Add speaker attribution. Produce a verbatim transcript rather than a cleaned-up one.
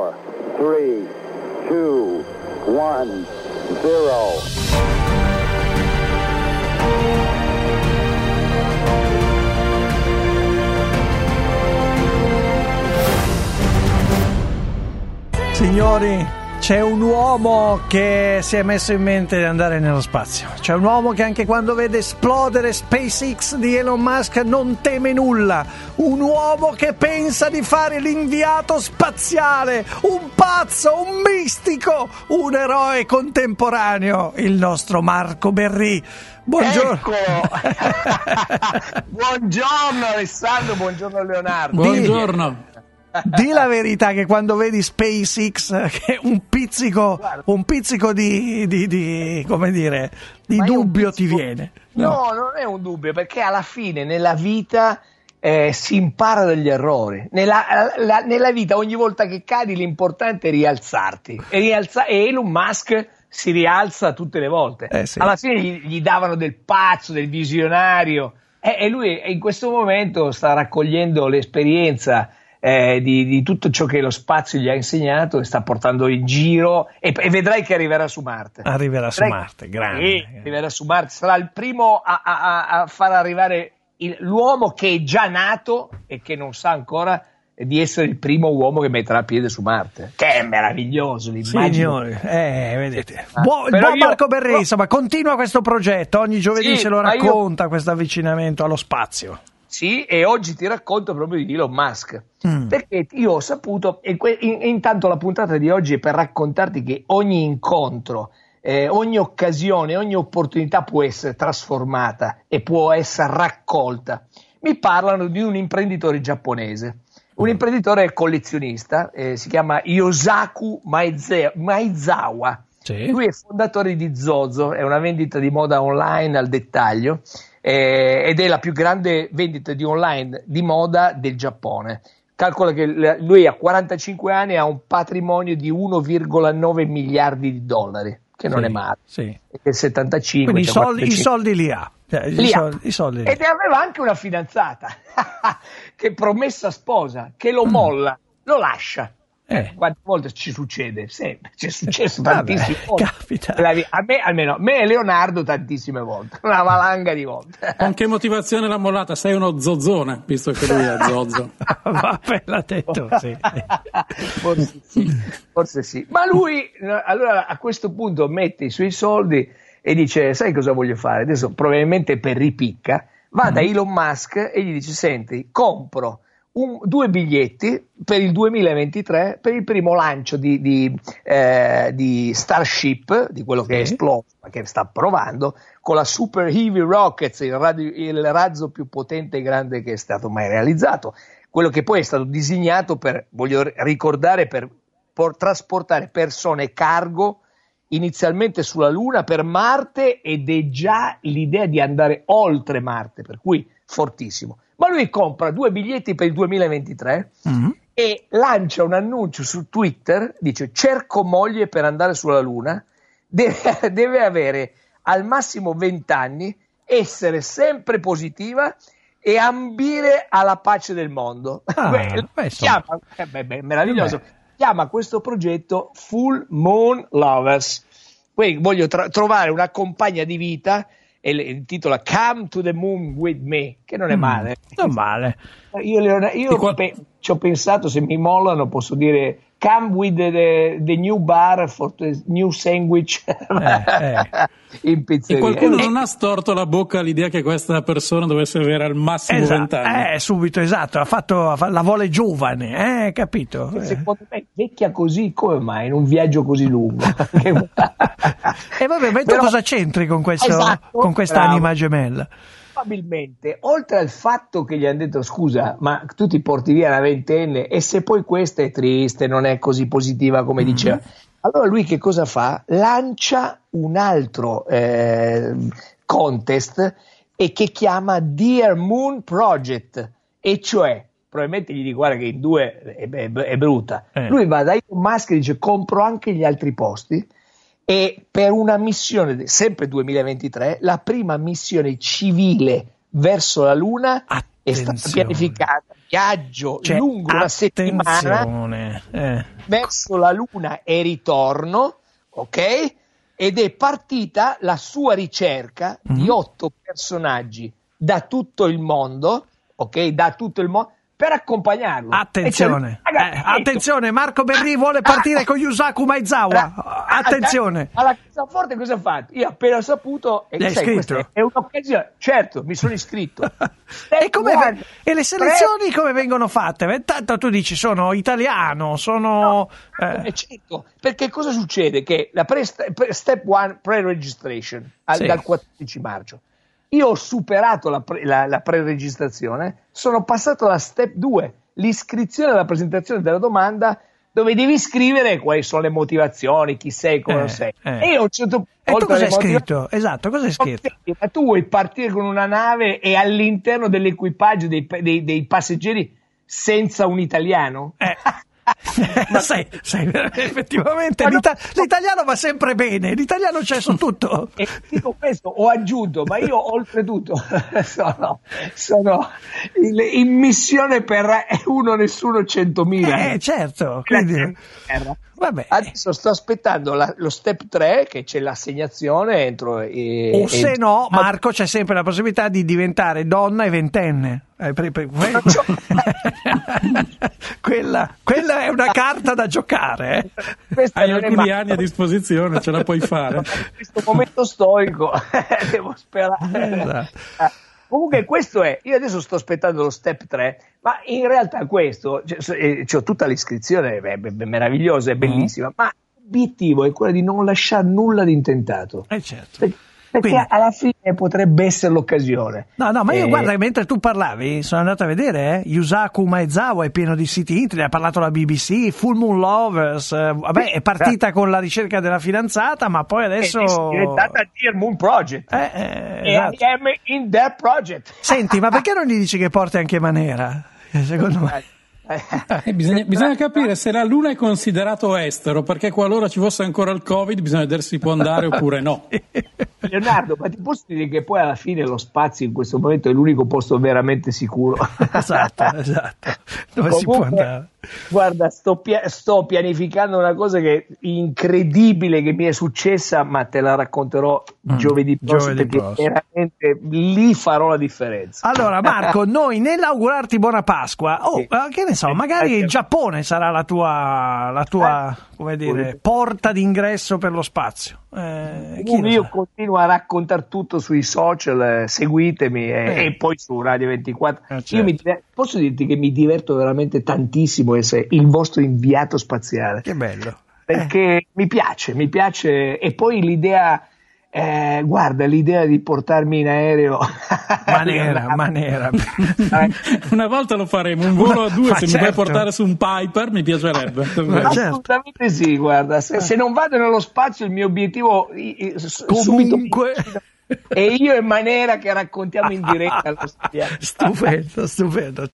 Speaker 1: four, three, two, one, zero.
Speaker 2: Signori, c'è un uomo che si è messo in mente di andare nello spazio. C'è un uomo che anche quando vede esplodere SpaceX di Elon Musk non teme nulla. Un uomo che pensa di fare l'inviato spaziale. Un pazzo, un mistico, un eroe contemporaneo. Il nostro Marco Berri. Buongiorno.
Speaker 3: Ecco. Buongiorno Alessandro, buongiorno Leonardo.
Speaker 4: Buongiorno.
Speaker 2: Di la verità che quando vedi SpaceX che un pizzico un pizzico di, di, di come dire di
Speaker 3: Ma
Speaker 2: dubbio
Speaker 3: pizzico...
Speaker 2: ti viene.
Speaker 3: No. no, non è un dubbio, perché alla fine nella vita eh, si impara dagli errori. Nella, la, nella vita ogni volta che cadi l'importante è rialzarti. E, rialza... e Elon Musk si rialza tutte le volte.
Speaker 2: Eh sì.
Speaker 3: Alla fine gli, gli davano del pazzo, del visionario e, e lui in questo momento sta raccogliendo l'esperienza Eh, di, di tutto ciò che lo spazio gli ha insegnato e sta portando in giro e, e vedrai che arriverà su Marte.
Speaker 2: Arriverà su
Speaker 3: vedrai
Speaker 2: Marte, grande.
Speaker 3: Che arriverà su Marte, sarà il primo a, a, a far arrivare il, l'uomo che è già nato e che non sa ancora di essere il primo uomo che metterà piede su Marte. Che è meraviglioso l'immagine.
Speaker 2: Signori, eh, vedete. Buon,
Speaker 3: Però
Speaker 2: buon
Speaker 3: io-
Speaker 2: Marco Berri, insomma, continua questo progetto, ogni giovedì
Speaker 3: Sì,
Speaker 2: se lo
Speaker 3: ma io-
Speaker 2: racconta questo avvicinamento allo spazio.
Speaker 3: Sì, e oggi ti racconto proprio di Elon Musk,
Speaker 2: Mm.
Speaker 3: perché io ho saputo, e que- in- intanto la puntata di oggi è per raccontarti che ogni incontro, eh, ogni occasione, ogni opportunità può essere trasformata e può essere raccolta. Mi parlano di un imprenditore giapponese, un imprenditore collezionista, eh, si chiama Yosaku Maize- Maizawa.
Speaker 2: Sì.
Speaker 3: Lui è fondatore di Zozo, è una vendita di moda online al dettaglio. Eh, ed è la più grande vendita di online di moda del Giappone. Calcola che l- lui ha quarantacinque anni e ha un patrimonio di uno virgola nove miliardi di dollari, che non
Speaker 2: Sì,
Speaker 3: è male.
Speaker 2: sì.
Speaker 3: È settantacinque.
Speaker 2: Quindi i
Speaker 3: cioè
Speaker 2: soldi, i soldi li ha. Cioè, i
Speaker 3: Li ha.
Speaker 2: soldi, i soldi li ha.
Speaker 3: Ed aveva anche una fidanzata che promessa sposa, che lo molla, lo lascia.
Speaker 2: Eh.
Speaker 3: Quante volte ci succede? Sempre, ci è successo
Speaker 2: Vabbè,
Speaker 3: tantissime volte.
Speaker 2: capita.
Speaker 3: Nella vita. A me, almeno, me e Leonardo tantissime volte, una valanga di volte.
Speaker 4: Con che motivazione l'ha mollata? Sei uno zozzone, visto che lui è zozzo.
Speaker 2: Vabbè, l'ha detto, sì.
Speaker 3: Forse sì, forse sì. Ma lui no, allora a questo punto mette i suoi soldi e dice: sai cosa voglio fare? Adesso probabilmente per ripicca va da Elon Musk e gli dice: senti, compro un, due biglietti per il duemilaventitré per il primo lancio di, di, eh, di Starship, di quello che è
Speaker 2: Sì.
Speaker 3: esploso, che sta provando con la Super Heavy Rockets, il, radio, il razzo più potente e grande che è stato mai realizzato, quello che poi è stato disegnato per, voglio ricordare, per, per trasportare persone e cargo inizialmente sulla Luna, per Marte, ed è già l'idea di andare oltre Marte, per cui fortissimo. Ma lui compra due biglietti per il duemilaventitré
Speaker 2: Mm.
Speaker 3: e lancia un annuncio su Twitter, dice: cerco moglie per andare sulla Luna, deve, deve avere al massimo venti anni, essere sempre positiva e ambire alla pace del mondo.
Speaker 2: Ah,
Speaker 3: Beh,
Speaker 2: beh, insomma.
Speaker 3: chiama, eh, beh, beh, meraviglioso.
Speaker 2: Beh.
Speaker 3: Chiama questo progetto Full Moon Lovers. Poi voglio tra- trovare una compagna di vita e le intitola Come to the Moon with Me, che non è male.
Speaker 2: Non male.
Speaker 3: Io, Leonardo, io
Speaker 4: qua-
Speaker 3: pe- ci ho pensato, se mi mollano posso dire come with the, the new bar for the new sandwich
Speaker 2: eh.
Speaker 3: in
Speaker 4: E
Speaker 3: pizzeria.
Speaker 4: qualcuno
Speaker 3: E-
Speaker 4: non ha storto la bocca all'idea che questa persona dovesse avere al massimo
Speaker 2: Esatto,
Speaker 4: vent'anni.
Speaker 2: eh, subito, esatto, ha fatto, ha fa- la vuole giovane, eh, capito? Eh.
Speaker 3: Secondo me vecchia così, come mai in un viaggio così lungo?
Speaker 2: E vabbè, ma tu
Speaker 3: Però-
Speaker 2: cosa c'entri con, questo,
Speaker 3: Esatto,
Speaker 2: con questa
Speaker 3: bravo.
Speaker 2: anima gemella?
Speaker 3: Probabilmente, oltre al fatto che gli hanno detto: scusa, ma tu ti porti via la ventenne e se poi questa è triste, non è così positiva come
Speaker 2: Mm-hmm.
Speaker 3: diceva, allora lui che cosa fa? Lancia un altro eh, contest e che chiama Dear Moon Project, e cioè, probabilmente gli dico: guarda che in due è, è, è brutta,
Speaker 2: Eh.
Speaker 3: lui va da Elon Musk e dice: compro anche gli altri posti, e per una missione, sempre duemilaventitré, la prima missione civile verso la Luna, è stata pianificata, viaggio
Speaker 2: cioè,
Speaker 3: lungo una settimana
Speaker 2: eh.
Speaker 3: verso la Luna e ritorno, ok? Ed è partita la sua ricerca mm-hmm. di otto personaggi da tutto il mondo, ok? Da tutto il mondo, per accompagnarlo.
Speaker 2: Attenzione, eh, attenzione, Marco Berri vuole partire ah, con Yusaku Maezawa. Attenzione.
Speaker 3: Alla Cassaforte cosa ha fatto? Io appena saputo, e sai, questa è un'occasione. Certo, mi sono iscritto.
Speaker 2: e, come, e le selezioni tre... come vengono fatte? Tanto tu dici sono italiano, sono...
Speaker 3: No, eh. Certo, perché cosa succede? Che la pre, step one pre-registration sì. dal quattordici maggio. Io ho superato la, pre, la, la pre-registrazione, sono passato alla step due, l'iscrizione alla presentazione della domanda, dove devi scrivere quali sono le motivazioni, chi sei, come
Speaker 2: eh,
Speaker 3: sei.
Speaker 2: Eh.
Speaker 3: E io ho un certo punto...
Speaker 2: E tu cosa hai scritto? Esatto, cosa hai scritto?
Speaker 3: Ma tu vuoi partire con una nave e all'interno dell'equipaggio dei, dei, dei passeggeri senza un italiano?
Speaker 2: Eh. Ma sai, sai, effettivamente l'ita- l'italiano va sempre bene, l'italiano c'è su tutto.
Speaker 3: E dico questo, ho aggiunto, ma io oltretutto sono, sono in, in missione per uno nessuno centomila.
Speaker 2: Eh certo, quindi... Vabbè.
Speaker 3: Adesso sto aspettando la, lo step tre, che c'è l'assegnazione entro e,
Speaker 2: o se e... no, Marco, c'è sempre la possibilità di diventare donna e ventenne. Eh, pre, pre, pre... quella, quella è una carta da giocare.
Speaker 4: Eh. Hai alcuni anni a disposizione, ce la puoi fare.
Speaker 3: In questo momento storico devo sperare.
Speaker 2: Esatto.
Speaker 3: Comunque questo è, io adesso sto aspettando lo step tre, ma in realtà questo, cioè, c'ho tutta l'iscrizione, è, è meravigliosa, è bellissima, mm. ma l'obiettivo è quello di non lasciare nulla di intentato.
Speaker 2: Eh certo.
Speaker 3: Perché, perché Quindi, alla fine potrebbe essere l'occasione.
Speaker 2: No, no, ma io
Speaker 3: eh,
Speaker 2: guarda, mentre tu parlavi, sono andato a vedere, eh, Yusaku Maezawa è pieno di siti internet, ha parlato la B B C, Full Moon Lovers, eh, vabbè, è partita con la ricerca della fidanzata, ma poi adesso...
Speaker 3: È diventata Dear Moon Project.
Speaker 2: Eh, eh,
Speaker 3: e
Speaker 2: esatto.
Speaker 3: I am in that project.
Speaker 2: Senti, ma perché non gli dici che porti anche Manera? Secondo me...
Speaker 4: Eh, bisogna, bisogna capire se la Luna è considerato estero, perché qualora ci fosse ancora il Covid bisogna vedere se si può andare oppure no.
Speaker 3: Leonardo, ma ti posso dire che poi alla fine lo spazio in questo momento è l'unico posto veramente sicuro.
Speaker 2: Esatto, esatto. Dove
Speaker 3: Comunque,
Speaker 2: si può andare?
Speaker 3: Guarda, sto, pia- sto pianificando una cosa che è incredibile che mi è successa, ma te la racconterò mm, giovedì prossimo,
Speaker 2: giovedì
Speaker 3: perché
Speaker 2: prossimo.
Speaker 3: veramente lì farò la differenza.
Speaker 2: Allora Marco, noi nell'augurarti buona Pasqua, oh, sì. che ne so, magari il Giappone sarà la tua, la tua eh, come dire, porta d'ingresso per lo spazio. Eh,
Speaker 3: io continuo a raccontare tutto sui social, eh, seguitemi eh, eh. e poi su Radio ventiquattro. Eh, certo. Io mi diver- posso dirti che mi diverto veramente tantissimo essere il vostro inviato spaziale.
Speaker 2: Che bello.
Speaker 3: Perché eh. mi piace, mi piace, e poi l'idea, eh, guarda, l'idea di portarmi in aereo.
Speaker 2: Manera, manera.
Speaker 4: Una volta lo faremo, un volo a due, ma se certo. mi puoi portare su un Piper mi piacerebbe.
Speaker 3: Assolutamente certo. Sì, guarda, se, se non vado nello spazio il mio obiettivo
Speaker 2: comunque
Speaker 3: subito, e io e Manera che raccontiamo in diretta. Stupendo,
Speaker 2: stupendo.